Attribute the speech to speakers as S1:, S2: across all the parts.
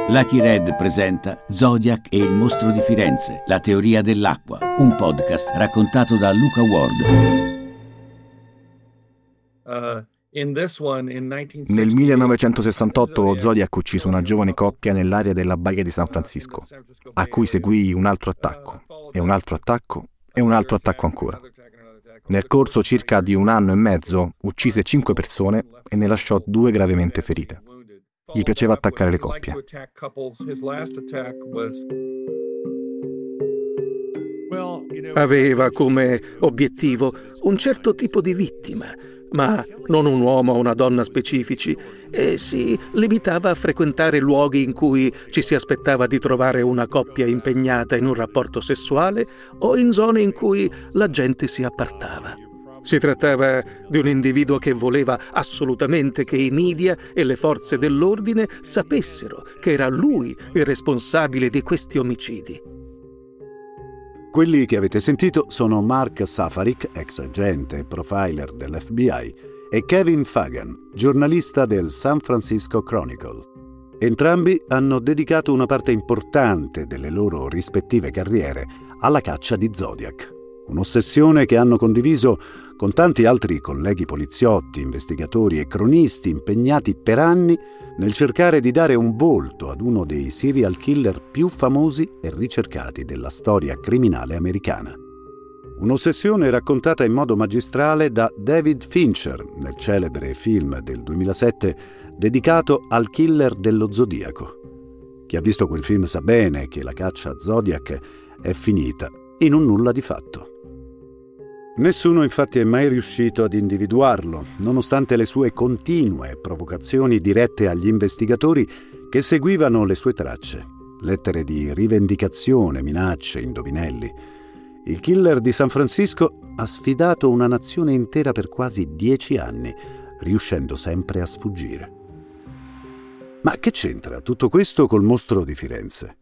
S1: Lucky Red presenta Zodiac e il mostro di Firenze, la teoria dell'acqua, un podcast raccontato da Luca Ward.
S2: Nel 1968 Zodiac uccise una giovane coppia nell'area della Baia di San Francisco, a cui seguì un altro attacco, e un altro attacco, e un altro attacco ancora. Nel corso circa di 1 anno e mezzo uccise 5 persone e ne lasciò 2 gravemente ferite. Gli piaceva attaccare le coppie.
S3: Aveva come obiettivo un certo tipo di vittima, ma non un uomo o una donna specifici, e si limitava a frequentare luoghi in cui ci si aspettava di trovare una coppia impegnata in un rapporto sessuale o in zone in cui la gente si appartava. Si trattava di un individuo che voleva assolutamente che i media e le forze dell'ordine sapessero che era lui il responsabile di questi omicidi.
S4: Quelli che avete sentito sono Mark Safarik, ex agente e profiler dell'FBI, e Kevin Fagan, giornalista del San Francisco Chronicle. Entrambi hanno dedicato una parte importante delle loro rispettive carriere alla caccia di Zodiac, un'ossessione che hanno condiviso con tanti altri colleghi poliziotti, investigatori e cronisti impegnati per anni nel cercare di dare un volto ad uno dei serial killer più famosi e ricercati della storia criminale americana. Un'ossessione raccontata in modo magistrale da David Fincher nel celebre film del 2007 dedicato al killer dello Zodiaco. Chi ha visto quel film sa bene che la caccia a Zodiac è finita in un nulla di fatto. Nessuno infatti è mai riuscito ad individuarlo, nonostante le sue continue provocazioni dirette agli investigatori che seguivano le sue tracce, lettere di rivendicazione, minacce, indovinelli. Il killer di San Francisco ha sfidato una nazione intera per quasi 10 anni, riuscendo sempre a sfuggire. Ma che c'entra tutto questo col mostro di Firenze?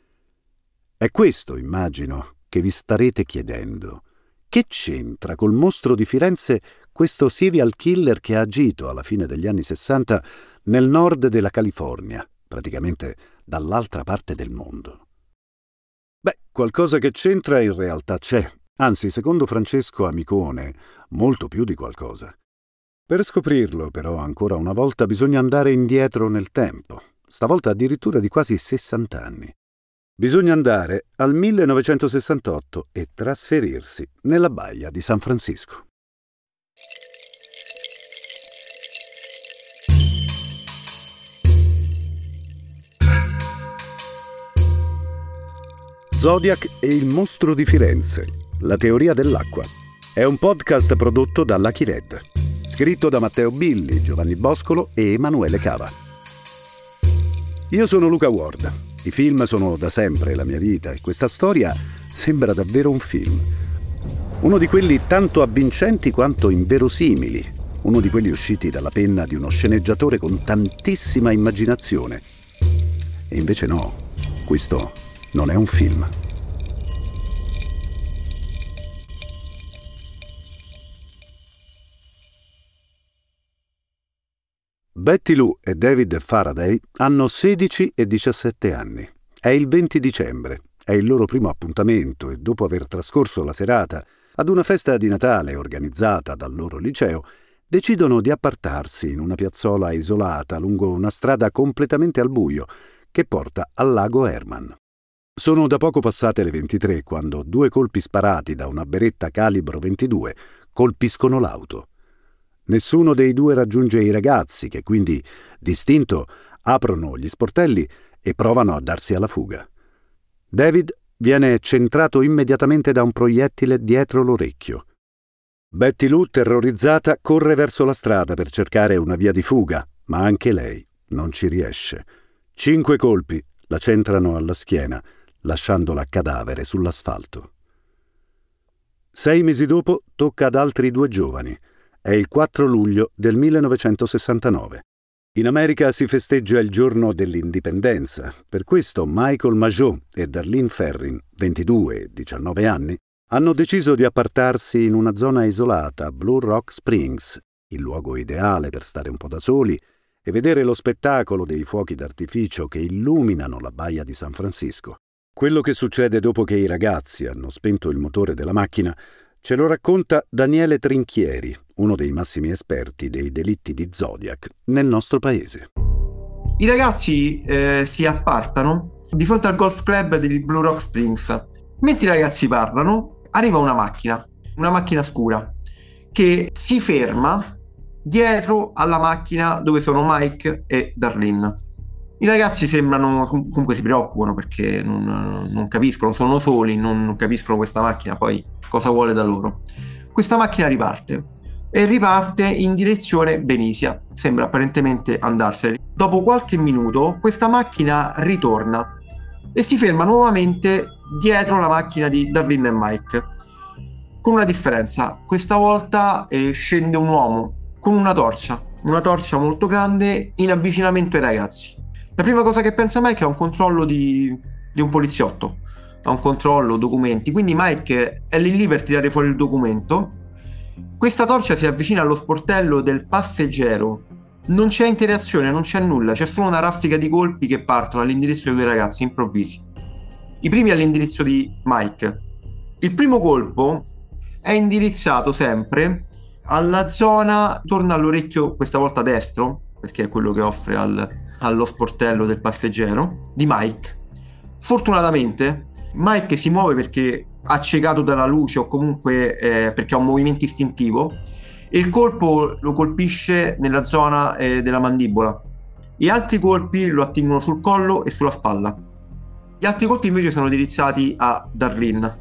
S4: È questo, immagino, che vi starete chiedendo. Che c'entra col mostro di Firenze questo serial killer che ha agito alla fine degli anni 60 nel nord della California, praticamente dall'altra parte del mondo? Beh, qualcosa che c'entra in realtà c'è, anzi, secondo Francesco Amicone, molto più di qualcosa. Per scoprirlo, però, ancora una volta bisogna andare indietro nel tempo, stavolta addirittura di quasi 60 anni. Bisogna andare al 1968 e trasferirsi nella Baia di San Francisco. Zodiac e il mostro di Firenze, la teoria dell'acqua. È un podcast prodotto da Lucky Red, scritto da Matteo Billi, Giovanni Boscolo e Emanuele Cava. Io sono Luca Ward. I film sono da sempre la mia vita e questa storia sembra davvero un film. Uno di quelli tanto avvincenti quanto inverosimili, uno di quelli usciti dalla penna di uno sceneggiatore con tantissima immaginazione. E invece no, questo non è un film. Betty Lou e David Faraday hanno 16 e 17 anni. È il 20 dicembre, è il loro primo appuntamento e dopo aver trascorso la serata ad una festa di Natale organizzata dal loro liceo, decidono di appartarsi in una piazzola isolata lungo una strada completamente al buio che porta al lago Herman. Sono da poco passate le 23 quando 2 colpi sparati da una beretta calibro 22 colpiscono l'auto. Nessuno dei 2 raggiunge i ragazzi che quindi, d'istinto, aprono gli sportelli e provano a darsi alla fuga. David viene centrato immediatamente da un proiettile dietro l'orecchio. Betty Lou, terrorizzata, corre verso la strada per cercare una via di fuga, ma anche lei non ci riesce. 5 colpi la centrano alla schiena, lasciandola cadavere sull'asfalto. 6 mesi dopo tocca ad altri 2 giovani. È il 4 luglio del 1969. In America si festeggia il giorno dell'indipendenza. Per questo Michael Mageau e Darlene Ferrin, 22 e 19 anni, hanno deciso di appartarsi in una zona isolata a Blue Rock Springs, il luogo ideale per stare un po' da soli e vedere lo spettacolo dei fuochi d'artificio che illuminano la baia di San Francisco. Quello che succede dopo che i ragazzi hanno spento il motore della macchina ce lo racconta Daniele Trinchieri, uno dei massimi esperti dei delitti di Zodiac nel nostro paese.
S5: I ragazzi si appartano di fronte al golf club di Blue Rock Springs. Mentre i ragazzi parlano, arriva una macchina scura, che si ferma dietro alla macchina dove sono Mike e Darlene. I ragazzi sembrano, comunque si preoccupano perché non capiscono, sono soli, non capiscono questa macchina, poi cosa vuole da loro. Questa macchina riparte in direzione Benicia, sembra apparentemente andarsene. Dopo qualche minuto questa macchina ritorna e si ferma nuovamente dietro la macchina di Darlene e Mike, con una differenza: questa volta scende un uomo con una torcia molto grande in avvicinamento ai ragazzi. La prima cosa che pensa Mike è un controllo di un poliziotto, a un controllo, documenti, quindi Mike è lì per tirare fuori il documento. Questa torcia si avvicina allo sportello del passeggero, non c'è interazione, non c'è nulla, c'è solo una raffica di colpi che partono all'indirizzo dei due ragazzi improvvisi. I primi all'indirizzo di Mike. Il primo colpo è indirizzato sempre alla zona attorno all'orecchio, questa volta destro, perché è quello che offre allo sportello del passeggero, di Mike. Fortunatamente Mike si muove perché accecato dalla luce o comunque perché ha un movimento istintivo, e il colpo lo colpisce nella zona della mandibola. Gli altri colpi lo attingono sul collo e sulla spalla. Gli altri colpi invece sono indirizzati a Darlene.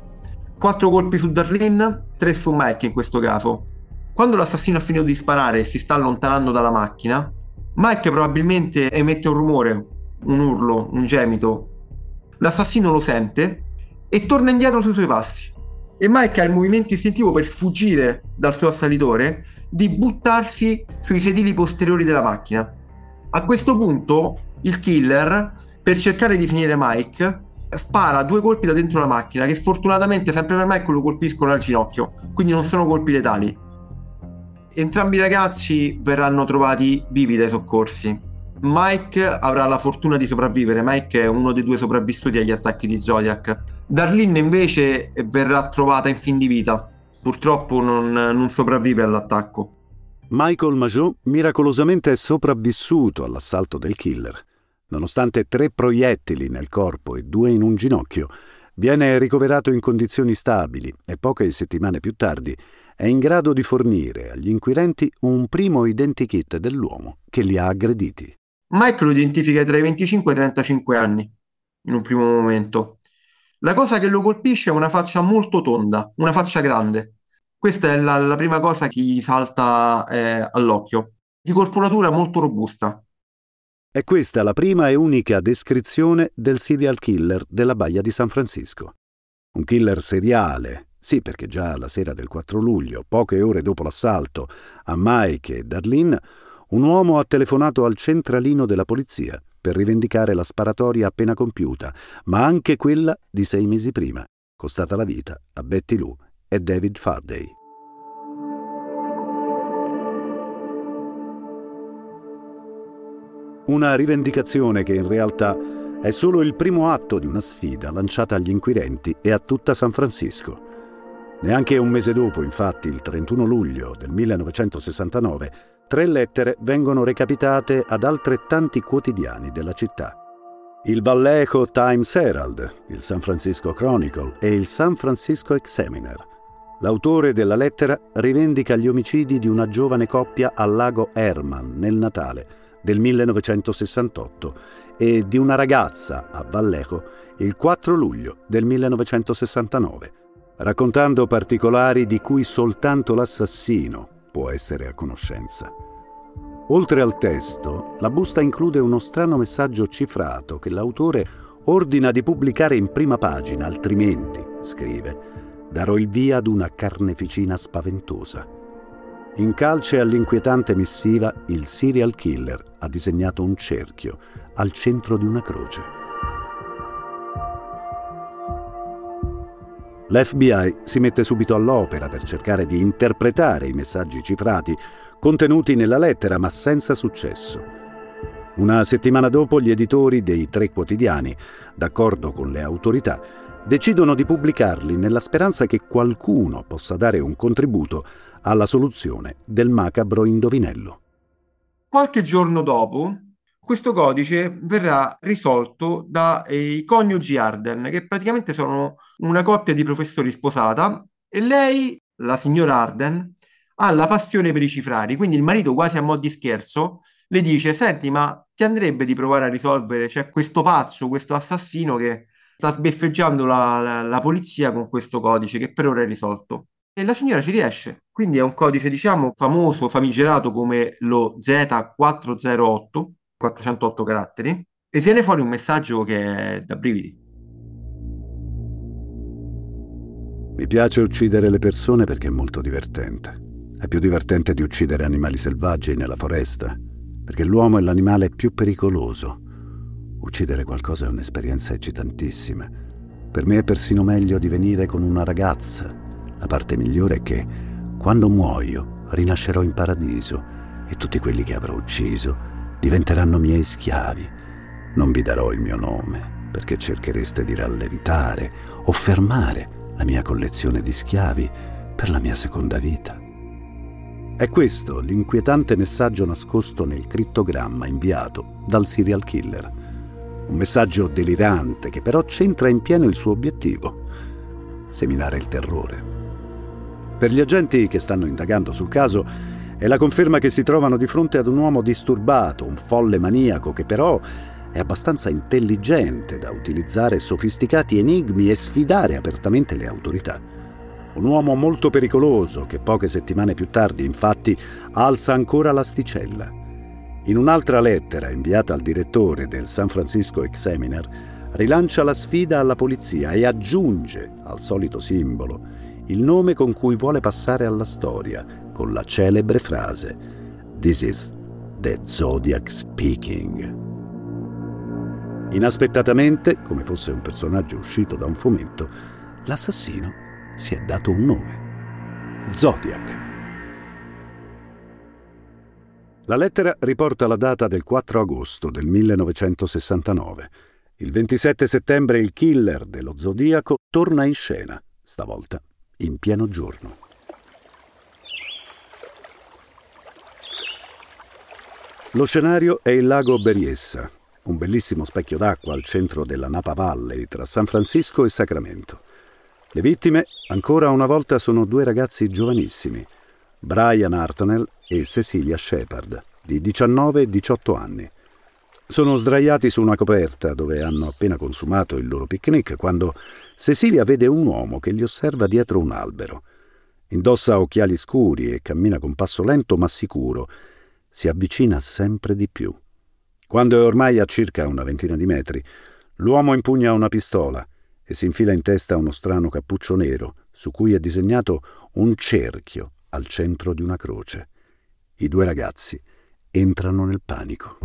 S5: 4 colpi su Darlene, 3 su Mike in questo caso. Quando l'assassino ha finito di sparare e si sta allontanando dalla macchina, Mike probabilmente emette un rumore, un urlo, un gemito. L'assassino lo sente e torna indietro sui suoi passi. E Mike ha il movimento istintivo per sfuggire dal suo assalitore di buttarsi sui sedili posteriori della macchina. A questo punto il killer, per cercare di finire Mike, spara 2 colpi da dentro la macchina che sfortunatamente sempre per Mike lo colpiscono al ginocchio, quindi non sono colpi letali. Entrambi i ragazzi verranno trovati vivi dai soccorsi. Mike avrà la fortuna di sopravvivere. Mike è uno dei 2 sopravvissuti agli attacchi di Zodiac. Darlene invece verrà trovata in fin di vita. Purtroppo non sopravvive all'attacco.
S4: Michael Mageau miracolosamente è sopravvissuto all'assalto del killer. Nonostante 3 proiettili nel corpo e 2 in un ginocchio, viene ricoverato in condizioni stabili e poche settimane più tardi è in grado di fornire agli inquirenti un primo identikit dell'uomo che li ha aggrediti.
S5: Mike lo identifica tra i 25 e i 35 anni, in un primo momento. La cosa che lo colpisce è una faccia molto tonda, una faccia grande. Questa è la prima cosa che gli salta all'occhio. Di corporatura molto robusta.
S4: È questa la prima e unica descrizione del serial killer della baia di San Francisco. Un killer seriale. Sì, perché già la sera del 4 luglio, poche ore dopo l'assalto a Mike e Darlene, un uomo ha telefonato al centralino della polizia per rivendicare la sparatoria appena compiuta, ma anche quella di 6 mesi prima, costata la vita a Betty Lou e David Farday. Una rivendicazione che in realtà è solo il primo atto di una sfida lanciata agli inquirenti e a tutta San Francisco. Neanche un mese dopo, infatti, il 31 luglio del 1969, 3 lettere vengono recapitate ad altrettanti quotidiani della città. Il Vallejo Times Herald, il San Francisco Chronicle e il San Francisco Examiner. L'autore della lettera rivendica gli omicidi di una giovane coppia al lago Herman nel Natale del 1968 e di una ragazza a Vallejo il 4 luglio del 1969. Raccontando particolari di cui soltanto l'assassino può essere a conoscenza. Oltre al testo, la busta include uno strano messaggio cifrato che l'autore ordina di pubblicare in prima pagina, altrimenti, scrive, darò il via ad una carneficina spaventosa. In calce all'inquietante missiva, il serial killer ha disegnato un cerchio al centro di una croce. L'FBI si mette subito all'opera per cercare di interpretare i messaggi cifrati contenuti nella lettera, ma senza successo. Una settimana dopo, gli editori dei 3 quotidiani, d'accordo con le autorità, decidono di pubblicarli nella speranza che qualcuno possa dare un contributo alla soluzione del macabro indovinello.
S5: Qualche giorno dopo, questo codice verrà risolto dai coniugi Arden, che praticamente sono una coppia di professori sposata, e lei, la signora Arden, ha la passione per i cifrari, quindi il marito, quasi a mo' di scherzo, le dice: senti, ma ti andrebbe di provare a risolvere, c'è questo pazzo, questo assassino che sta sbeffeggiando la polizia con questo codice che per ora è risolto. E la signora ci riesce, quindi è un codice, diciamo, famoso, famigerato come lo Z408, 408 caratteri, e viene fuori un messaggio che è da brividi.
S4: Mi piace uccidere le persone perché è molto divertente. È più divertente di uccidere animali selvaggi nella foresta, perché l'uomo è l'animale più pericoloso. Uccidere qualcosa è un'esperienza eccitantissima. Per me è persino meglio di venire con una ragazza. La parte migliore è che, quando muoio, rinascerò in paradiso e tutti quelli che avrò ucciso diventeranno miei schiavi. Non vi darò il mio nome, perché cerchereste di rallentare o fermare la mia collezione di schiavi per la mia seconda vita. È questo l'inquietante messaggio nascosto nel crittogramma inviato dal serial killer. Un messaggio delirante che però centra in pieno il suo obiettivo: seminare il terrore. Per gli agenti che stanno indagando sul caso è la conferma che si trovano di fronte ad un uomo disturbato, un folle maniaco che però è abbastanza intelligente da utilizzare sofisticati enigmi e sfidare apertamente le autorità. Un uomo molto pericoloso che poche settimane più tardi, infatti, alza ancora l'asticella. In un'altra lettera inviata al direttore del San Francisco Examiner, rilancia la sfida alla polizia e aggiunge al solito simbolo il nome con cui vuole passare alla storia, con la celebre frase "This is the Zodiac speaking". Inaspettatamente, come fosse un personaggio uscito da un fumetto, l'assassino si è dato un nome: Zodiac. La lettera riporta la data del 4 agosto del 1969. Il 27 settembre il killer dello Zodiaco torna in scena, stavolta in pieno giorno. Lo scenario è il lago Berryessa, un bellissimo specchio d'acqua al centro della Napa Valley tra San Francisco e Sacramento. Le vittime, ancora una volta, sono 2 ragazzi giovanissimi, Brian Hartnell e Cecilia Shepard, di 19 e 18 anni. Sono sdraiati su una coperta dove hanno appena consumato il loro picnic quando Cecilia vede un uomo che li osserva dietro un albero. Indossa occhiali scuri e cammina con passo lento ma sicuro. Si avvicina sempre di più. Quando è ormai a circa una ventina di metri, l'uomo impugna una pistola e si infila in testa uno strano cappuccio nero su cui è disegnato un cerchio al centro di una croce. I 2 ragazzi entrano nel panico.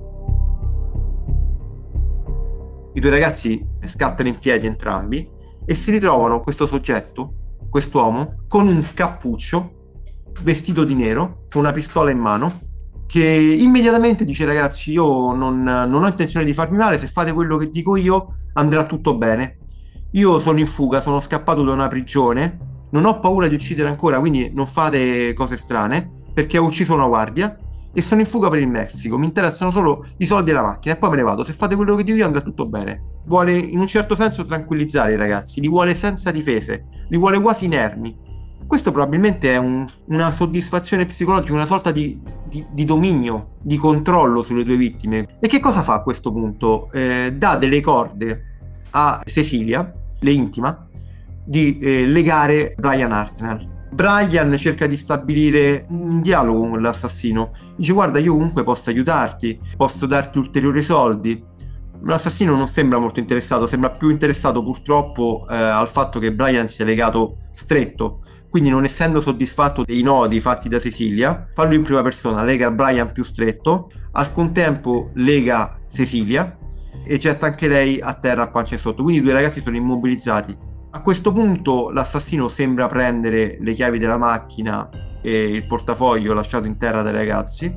S5: I 2 ragazzi scattano in piedi entrambi e si ritrovano questo soggetto, quest'uomo, con un cappuccio, vestito di nero, con una pistola in mano, che immediatamente dice: ragazzi, io non ho intenzione di farmi male, se fate quello che dico io andrà tutto bene. Io sono in fuga, sono scappato da una prigione, non ho paura di uccidere ancora, quindi non fate cose strane, perché ho ucciso una guardia e sono in fuga per il Messico, mi interessano solo i soldi e la macchina e poi me ne vado, se fate quello che dico io andrà tutto bene. Vuole in un certo senso tranquillizzare i ragazzi, li vuole senza difese, li vuole quasi inermi. Questo probabilmente è una soddisfazione psicologica, una sorta di dominio, di controllo sulle 2 vittime. E che cosa fa a questo punto? Dà delle corde a Cecilia, le intima, di legare Brian Hartnell. Brian cerca di stabilire un dialogo con l'assassino. Dice: guarda, io comunque posso aiutarti, posso darti ulteriori soldi. L'assassino non sembra molto interessato, sembra più interessato purtroppo al fatto che Brian sia legato stretto. Quindi, non essendo soddisfatto dei nodi fatti da Cecilia, fa lui in prima persona, lega Brian più stretto, al contempo lega Cecilia e getta anche lei a terra a pancia sotto. Quindi i 2 ragazzi sono immobilizzati. A questo punto l'assassino sembra prendere le chiavi della macchina e il portafoglio lasciato in terra dai ragazzi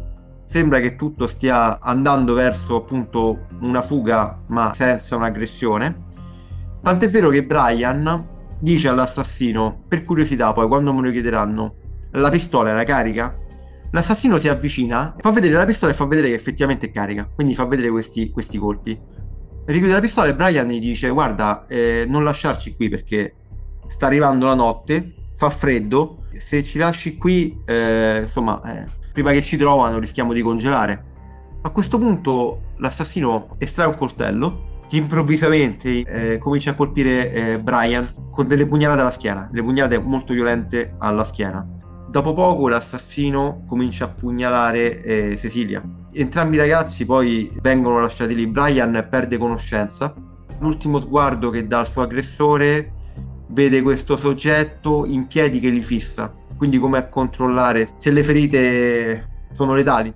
S5: sembra che tutto stia andando verso appunto una fuga ma senza un'aggressione, tant'è vero che Brian dice all'assassino, per curiosità poi quando me lo chiederanno, la pistola era carica? L'assassino si avvicina, fa vedere la pistola e fa vedere che effettivamente è carica, quindi fa vedere questi colpi. Richiude la pistola e Brian gli dice guarda, non lasciarci qui perché sta arrivando la notte, fa freddo, se ci lasci qui prima che ci trovano rischiamo di congelare. A questo punto l'assassino estrae un coltello che improvvisamente comincia a colpire Brian con delle pugnalate alla schiena, delle pugnalate molto violente alla schiena. Dopo poco l'assassino comincia a pugnalare Cecilia. Entrambi i ragazzi poi vengono lasciati lì. Brian perde conoscenza. L'ultimo sguardo che dà al suo aggressore vede questo soggetto in piedi che li fissa, quindi come a controllare se le ferite sono letali.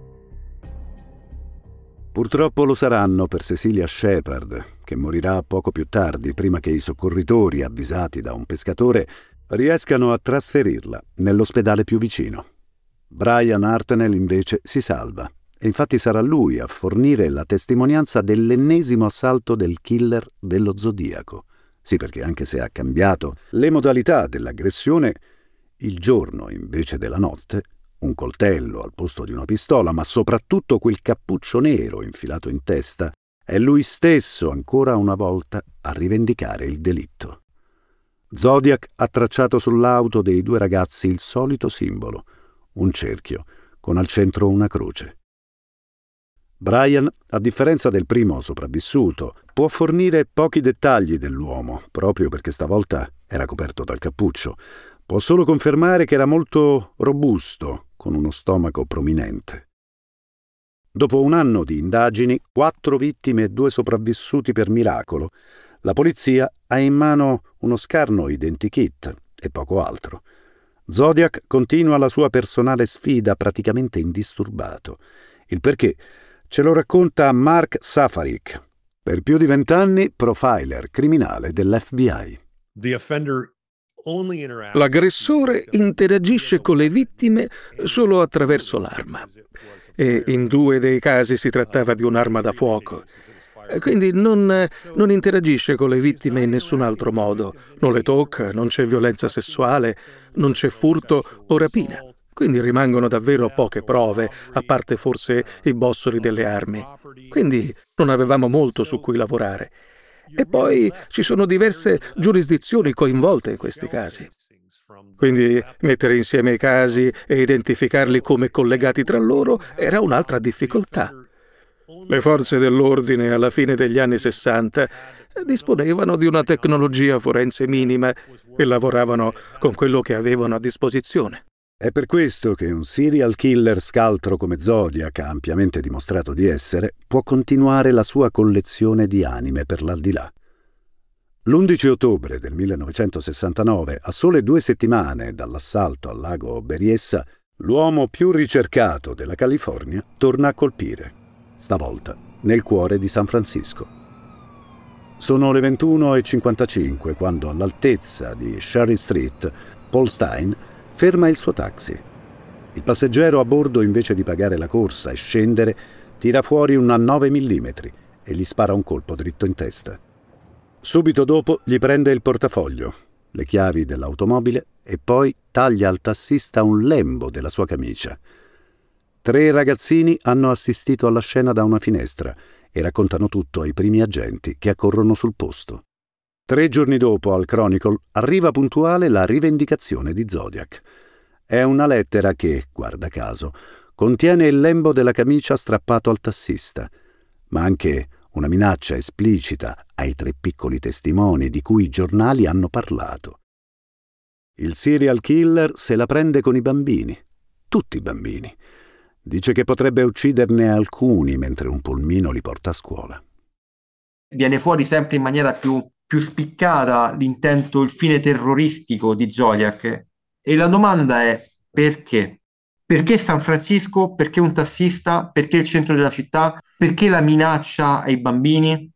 S4: Purtroppo lo saranno per Cecilia Shepard, che morirà poco più tardi, prima che i soccorritori, avvisati da un pescatore, riescano a trasferirla nell'ospedale più vicino. Brian Hartnell invece si salva e infatti sarà lui a fornire la testimonianza dell'ennesimo assalto del killer dello Zodiaco. Sì, perché anche se ha cambiato le modalità dell'aggressione, il giorno invece della notte, un coltello al posto di una pistola, ma soprattutto quel cappuccio nero infilato in testa, è lui stesso ancora una volta a rivendicare il delitto. Zodiac ha tracciato sull'auto dei due ragazzi il solito simbolo, un cerchio con al centro una croce. Brian, a differenza del primo sopravvissuto, può fornire pochi dettagli dell'uomo, proprio perché stavolta era coperto dal cappuccio. Può solo confermare che era molto robusto, con uno stomaco prominente. Dopo un anno di indagini, 4 vittime e 2 sopravvissuti per miracolo, la polizia ha in mano uno scarno identikit e poco altro. Zodiac continua la sua personale sfida praticamente indisturbato. Il perché ce lo racconta Mark Safarik, per più di 20 anni profiler criminale dell'FBI.
S3: L'aggressore interagisce con le vittime solo attraverso l'arma. E in 2 dei casi si trattava di un'arma da fuoco. Quindi non interagisce con le vittime in nessun altro modo. Non le tocca, non c'è violenza sessuale, non c'è furto o rapina. Quindi rimangono davvero poche prove, a parte forse i bossoli delle armi. Quindi non avevamo molto su cui lavorare. E poi ci sono diverse giurisdizioni coinvolte in questi casi. Quindi mettere insieme i casi e identificarli come collegati tra loro era un'altra difficoltà. Le forze dell'ordine alla fine degli anni 60 disponevano di una tecnologia forense minima e lavoravano con quello che avevano a disposizione.
S4: È per questo che un serial killer scaltro come Zodiac ha ampiamente dimostrato di essere, può continuare la sua collezione di anime per l'aldilà. L'11 ottobre del 1969, a sole 2 settimane dall'assalto al lago Berryessa, l'uomo più ricercato della California torna a colpire, stavolta nel cuore di San Francisco. Sono le 21:55 quando all'altezza di Cherry Street, Paul Stine ferma il suo taxi. Il passeggero a bordo, invece di pagare la corsa e scendere, tira fuori una 9 mm e gli spara un colpo dritto in testa. Subito dopo gli prende il portafoglio, le chiavi dell'automobile e poi taglia al tassista un lembo della sua camicia. 3 ragazzini hanno assistito alla scena da una finestra e raccontano tutto ai primi agenti che accorrono sul posto. 3 giorni dopo al Chronicle arriva puntuale la rivendicazione di Zodiac. È una lettera che, guarda caso, contiene il lembo della camicia strappato al tassista, ma anche una minaccia esplicita ai 3 piccoli testimoni di cui i giornali hanno parlato. Il serial killer se la prende con i bambini, tutti i bambini. Dice che potrebbe ucciderne alcuni mentre un pulmino li porta a scuola.
S5: Viene fuori sempre in maniera più spiccata l'intento, il fine terroristico di Zodiac. E la domanda è perché? Perché San Francisco? Perché un tassista? Perché il centro della città? Perché la minaccia ai bambini?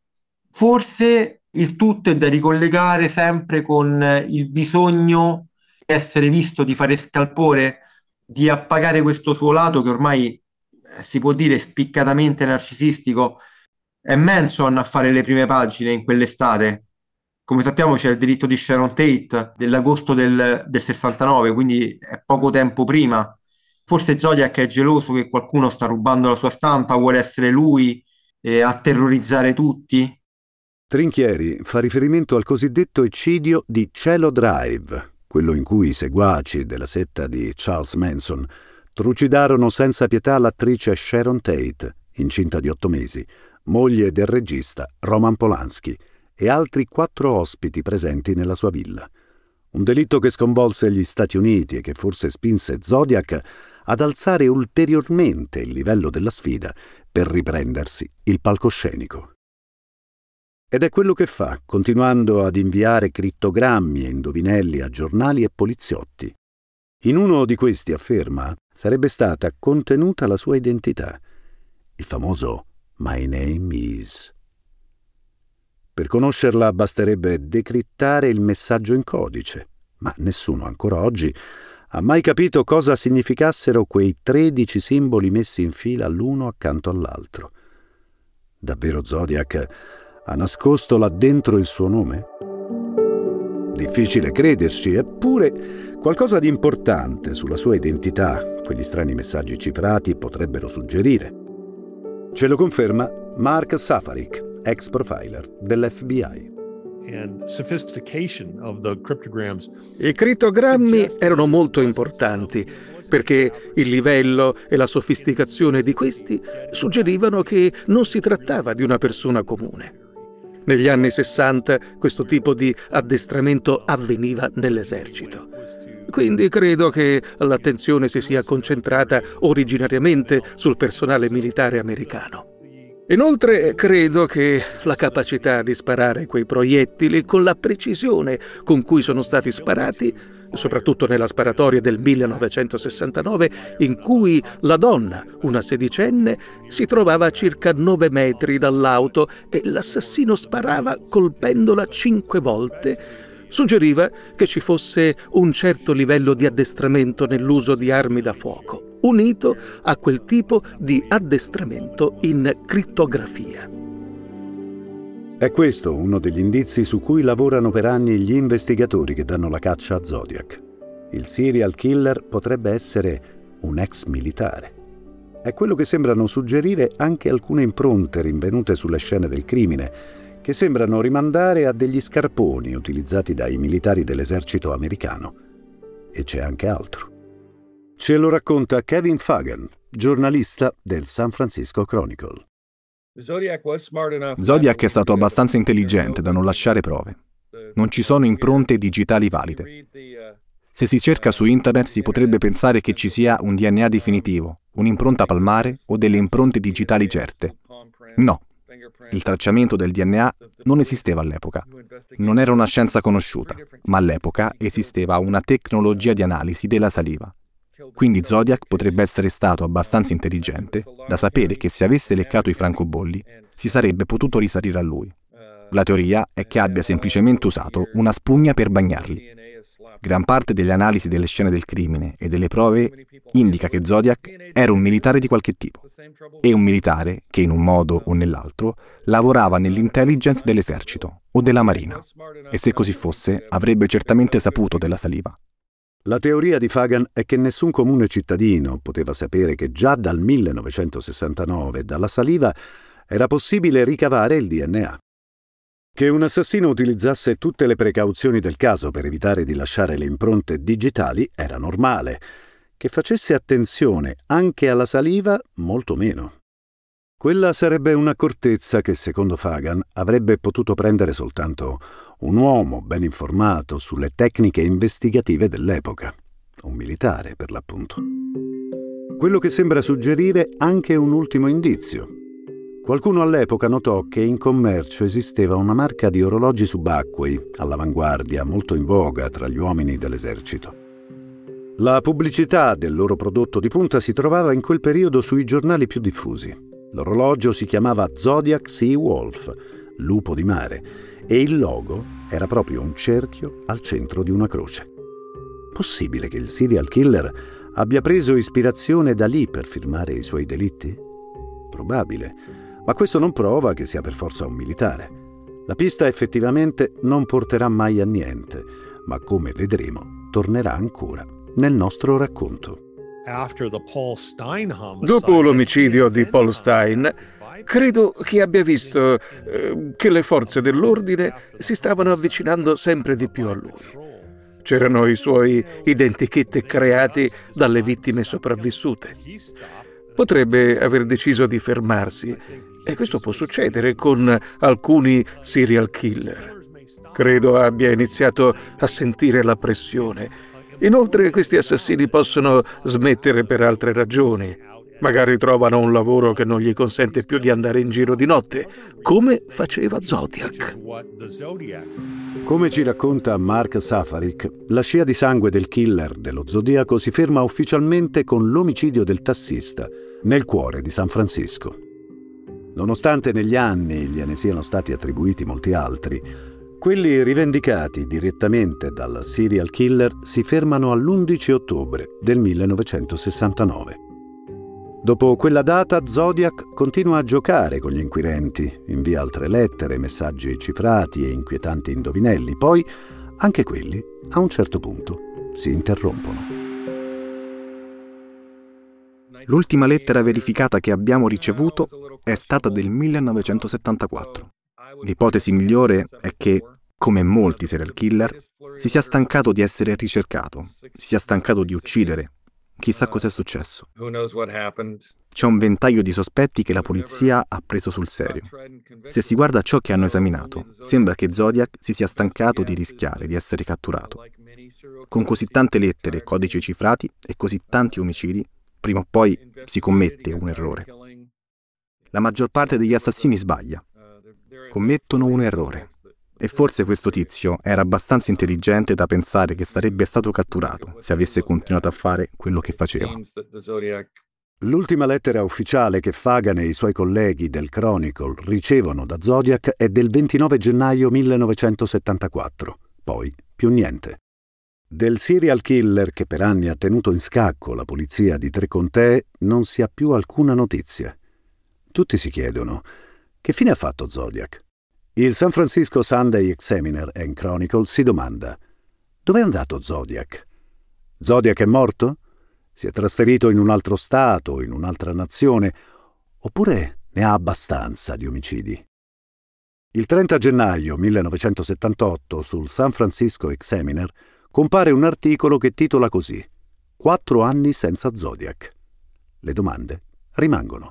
S5: Forse il tutto è da ricollegare sempre con il bisogno di essere visto, di fare scalpore, di appagare questo suo lato che ormai si può dire spiccatamente narcisistico, è Manson a fare le prime pagine in quell'estate. Come sappiamo c'è il delitto di Sharon Tate dell'agosto del 69, quindi è poco tempo prima. Forse Zodiac è geloso che qualcuno sta rubando la sua stampa, vuole essere lui a terrorizzare tutti.
S4: Trinchieri fa riferimento al cosiddetto eccidio di Cielo Drive, quello in cui i seguaci della setta di Charles Manson trucidarono senza pietà l'attrice Sharon Tate, incinta di 8 mesi, moglie del regista Roman Polanski, e altri 4 ospiti presenti nella sua villa. Un delitto che sconvolse gli Stati Uniti e che forse spinse Zodiac ad alzare ulteriormente il livello della sfida per riprendersi il palcoscenico. Ed è quello che fa, continuando ad inviare crittogrammi e indovinelli a giornali e poliziotti. In uno di questi afferma sarebbe stata contenuta la sua identità, il famoso My name is. Per conoscerla basterebbe decrittare il messaggio in codice, ma nessuno ancora oggi ha mai capito cosa significassero quei 13 simboli messi in fila l'uno accanto all'altro. Davvero Zodiac ha nascosto là dentro il suo nome? Difficile crederci, eppure qualcosa di importante sulla sua identità quegli strani messaggi cifrati potrebbero suggerire. Ce lo conferma Mark Safarik, ex profiler dell'FBI.
S3: I crittogrammi erano molto importanti perché il livello e la sofisticazione di questi suggerivano che non si trattava di una persona comune. Negli anni 60 questo tipo di addestramento avveniva nell'esercito. Quindi credo che l'attenzione si sia concentrata originariamente sul personale militare americano. Inoltre credo che la capacità di sparare quei proiettili con la precisione con cui sono stati sparati, soprattutto nella sparatoria del 1969, in cui la donna, una sedicenne, si trovava a circa 9 metri dall'auto e l'assassino sparava colpendola 5 volte, suggeriva che ci fosse un certo livello di addestramento nell'uso di armi da fuoco, unito a quel tipo di addestramento in crittografia.
S4: È questo uno degli indizi su cui lavorano per anni gli investigatori che danno la caccia a Zodiac. Il serial killer potrebbe essere un ex militare. È quello che sembrano suggerire anche alcune impronte rinvenute sulle scene del crimine, che sembrano rimandare a degli scarponi utilizzati dai militari dell'esercito americano. E c'è anche altro. Ce lo racconta Kevin Fagan, giornalista del San Francisco Chronicle.
S2: Zodiac è stato abbastanza intelligente da non lasciare prove. Non ci sono impronte digitali valide. Se si cerca su internet si potrebbe pensare che ci sia un DNA definitivo, un'impronta palmare o delle impronte digitali certe. No. Il tracciamento del DNA non esisteva all'epoca. Non era una scienza conosciuta, ma all'epoca esisteva una tecnologia di analisi della saliva. Quindi Zodiac potrebbe essere stato abbastanza intelligente da sapere che se avesse leccato i francobolli si sarebbe potuto risalire a lui. La teoria è che abbia semplicemente usato una spugna per bagnarli. Gran parte delle analisi delle scene del crimine e delle prove indica che Zodiac era un militare di qualche tipo, e un militare che in un modo o nell'altro lavorava nell'intelligence dell'esercito o della marina, e se così fosse avrebbe certamente saputo della saliva.
S4: La teoria di Fagan è che nessun comune cittadino poteva sapere che già dal 1969 dalla saliva era possibile ricavare il DNA. Che un assassino utilizzasse tutte le precauzioni del caso per evitare di lasciare le impronte digitali era normale. Che facesse attenzione anche alla saliva, molto meno. Quella sarebbe un'accortezza che, secondo Fagan, avrebbe potuto prendere soltanto un uomo ben informato sulle tecniche investigative dell'epoca, un militare per l'appunto. Quello che sembra suggerire anche un ultimo indizio. Qualcuno all'epoca notò che in commercio esisteva una marca di orologi subacquei, all'avanguardia, molto in voga tra gli uomini dell'esercito. La pubblicità del loro prodotto di punta si trovava in quel periodo sui giornali più diffusi. L'orologio si chiamava Zodiac Sea Wolf, lupo di mare, e il logo era proprio un cerchio al centro di una croce. Possibile che il serial killer Abbia preso ispirazione da lì per firmare i suoi delitti? Probabile, ma questo non prova che sia per forza un militare. La pista effettivamente non porterà mai a niente, ma come vedremo tornerà ancora nel nostro racconto.
S3: Dopo l'omicidio di Paul Stine, credo che abbia visto che le forze dell'ordine si stavano avvicinando sempre di più a lui. C'erano i suoi identikit creati dalle vittime sopravvissute. Potrebbe aver deciso di fermarsi, e questo può succedere con alcuni serial killer. Credo abbia iniziato a sentire la pressione. Inoltre questi assassini possono smettere per altre ragioni. Magari trovano un lavoro che non gli consente più di andare in giro di notte, come faceva Zodiac.
S4: Come ci racconta Mark Safarik, la scia di sangue del killer dello Zodiaco si ferma ufficialmente con l'omicidio del tassista nel cuore di San Francisco. Nonostante negli anni gliene siano stati attribuiti molti altri, quelli rivendicati direttamente dal serial killer si fermano all'11 ottobre del 1969. Dopo quella data, Zodiac continua a giocare con gli inquirenti, invia altre lettere, messaggi cifrati e inquietanti indovinelli. Poi, anche quelli, a un certo punto, si interrompono.
S2: L'ultima lettera verificata che abbiamo ricevuto è stata del 1974. L'ipotesi migliore è che, come molti serial killer, si sia stancato di essere ricercato, si sia stancato di uccidere. Chissà cos'è successo. C'è un ventaglio di sospetti che la polizia ha preso sul serio. Se si guarda ciò che hanno esaminato, sembra che Zodiac si sia stancato di rischiare di essere catturato. Con così tante lettere, codici cifrati e così tanti omicidi, prima o poi si commette un errore. La maggior parte degli assassini sbaglia. Commettono un errore. E forse questo tizio era abbastanza intelligente da pensare che sarebbe stato catturato se avesse continuato a fare quello che faceva.
S4: L'ultima lettera ufficiale che Fagan e i suoi colleghi del Chronicle ricevono da Zodiac è del 29 gennaio 1974. Poi più niente. Del serial killer che per anni ha tenuto in scacco la polizia di 3 contee non si ha più alcuna notizia. Tutti si chiedono: che fine ha fatto Zodiac? Il San Francisco Sunday Examiner and Chronicle si domanda: dov'è andato Zodiac? Zodiac è morto? Si è trasferito in un altro stato, in un'altra nazione, oppure ne ha abbastanza di omicidi? Il 30 gennaio 1978 sul San Francisco Examiner compare un articolo che titola così: 4 anni senza Zodiac. Le domande rimangono.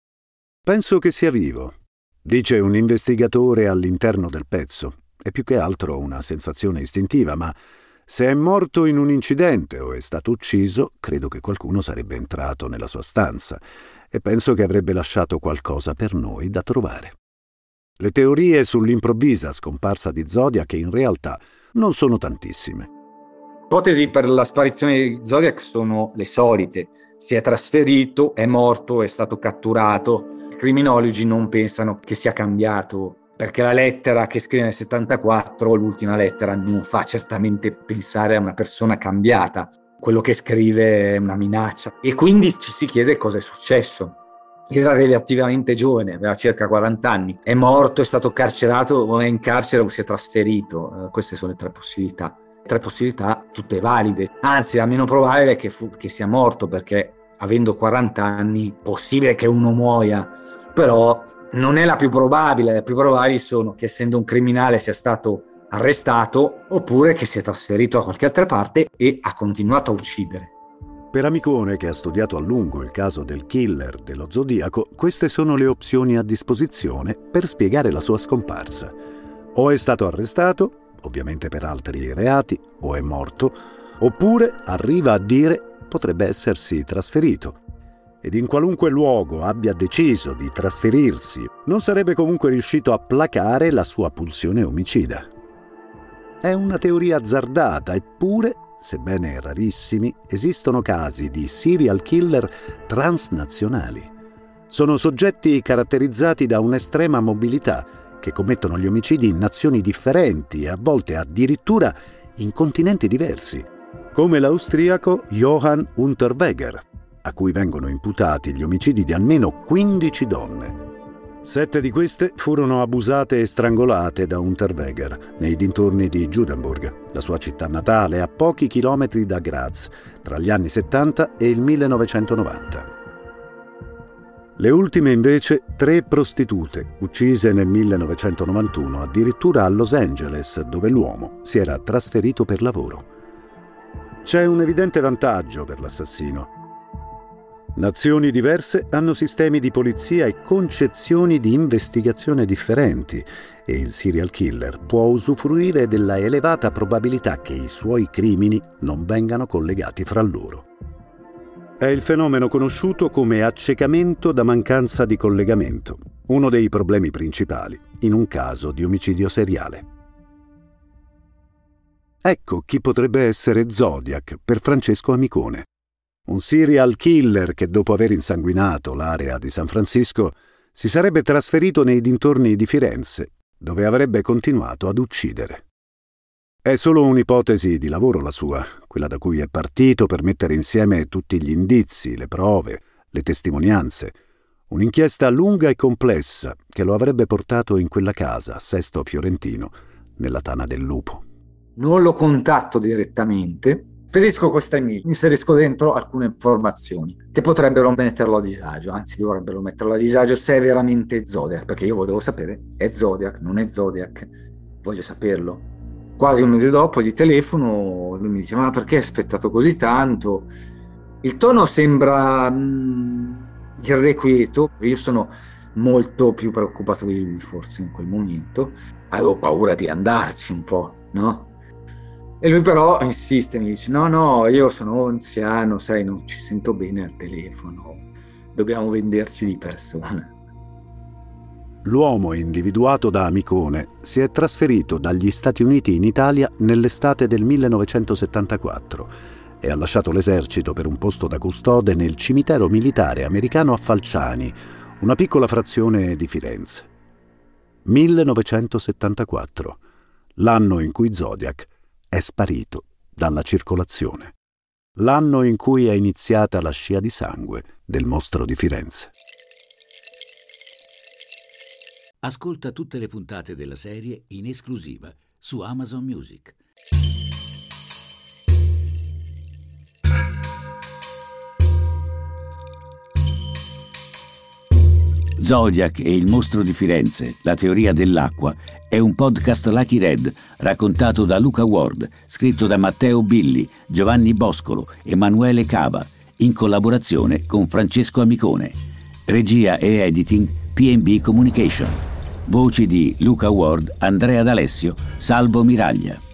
S4: Penso che sia vivo, dice un investigatore all'interno del pezzo. È più che altro una sensazione istintiva, ma se è morto in un incidente o è stato ucciso, credo che qualcuno sarebbe entrato nella sua stanza e penso che avrebbe lasciato qualcosa per noi da trovare. Le teorie sull'improvvisa scomparsa di Zodiac in realtà non sono tantissime.
S6: Le ipotesi per la sparizione di Zodiac sono le solite. Si è trasferito, è morto, è stato catturato. I criminologi non pensano che sia cambiato, perché la lettera che scrive nel 74, l'ultima lettera, non fa certamente pensare a una persona cambiata. Quello che scrive è una minaccia. E quindi ci si chiede cosa è successo. Era relativamente giovane, aveva circa 40 anni. È morto, è stato carcerato, o è in carcere o si è trasferito. Queste sono le 3 possibilità. 3 possibilità tutte valide. Anzi, la meno probabile è che sia morto, perché avendo 40 anni è possibile che uno muoia, però non è la più probabile. Le più probabili sono che, essendo un criminale, sia stato arrestato, oppure che si è trasferito da qualche altra parte e ha continuato a uccidere.
S4: Per Amicone, che ha studiato a lungo il caso del killer dello Zodiaco, queste sono le opzioni a disposizione per spiegare la sua scomparsa. O è stato arrestato, ovviamente per altri reati, o è morto, oppure, arriva a dire, potrebbe essersi trasferito. Ed in qualunque luogo abbia deciso di trasferirsi, non sarebbe comunque riuscito a placare la sua pulsione omicida. È una teoria azzardata, eppure, sebbene rarissimi, esistono casi di serial killer transnazionali. Sono soggetti caratterizzati da un'estrema mobilità, che commettono gli omicidi in nazioni differenti e a volte addirittura in continenti diversi. come l'austriaco Johann Unterweger, a cui vengono imputati gli omicidi di almeno 15 donne. 7 di queste furono abusate e strangolate da Unterweger nei dintorni di Judenburg, la sua città natale, a pochi chilometri da Graz, tra gli anni 70 e il 1990. Le ultime invece 3 prostitute, uccise nel 1991, addirittura a Los Angeles, dove l'uomo si era trasferito per lavoro. C'è un evidente vantaggio per l'assassino. Nazioni diverse hanno sistemi di polizia e concezioni di investigazione differenti e il serial killer può usufruire della elevata probabilità che i suoi crimini non vengano collegati fra loro. È il fenomeno conosciuto come accecamento da mancanza di collegamento, uno dei problemi principali in un caso di omicidio seriale. Ecco chi potrebbe essere Zodiac per Francesco Amicone. Un serial killer che, dopo aver insanguinato l'area di San Francisco, si sarebbe trasferito nei dintorni di Firenze, dove avrebbe continuato ad uccidere. È solo un'ipotesi di lavoro la sua, quella da cui è partito per mettere insieme tutti gli indizi, le prove, le testimonianze. Un'inchiesta lunga e complessa che lo avrebbe portato in quella casa, a Sesto Fiorentino, nella Tana del Lupo.
S6: Non lo contatto direttamente, spedisco questa email, inserisco dentro alcune informazioni che potrebbero metterlo a disagio, anzi dovrebbero metterlo a disagio se è veramente Zodiac, perché io volevo sapere, è Zodiac, non è Zodiac, voglio saperlo. Quasi un mese dopo gli telefono, lui mi dice: ma perché hai aspettato così tanto? Il tono sembra irrequieto, io sono molto più preoccupato di lui forse in quel momento, avevo paura di andarci un po', no? E lui però insiste, mi dice: no, io sono anziano, sai, non ci sento bene al telefono, dobbiamo vederci di persona.
S4: L'uomo individuato da Amicone si è trasferito dagli Stati Uniti in Italia nell'estate del 1974 e ha lasciato l'esercito per un posto da custode nel cimitero militare americano a Falciani, una piccola frazione di Firenze. 1974, l'anno in cui Zodiac è sparito dalla circolazione, l'anno in cui è iniziata la scia di sangue del mostro di Firenze.
S1: Ascolta tutte le puntate della serie in esclusiva su Amazon Music. Zodiac e il mostro di Firenze, la teoria dell'acqua, è un podcast Lucky Red raccontato da Luca Ward, scritto da Matteo Billi, Giovanni Boscolo, Emanuele Cava, in collaborazione con Francesco Amicone. Regia e editing P&B Communication. Voci di Luca Ward, Andrea D'Alessio, Salvo Miraglia.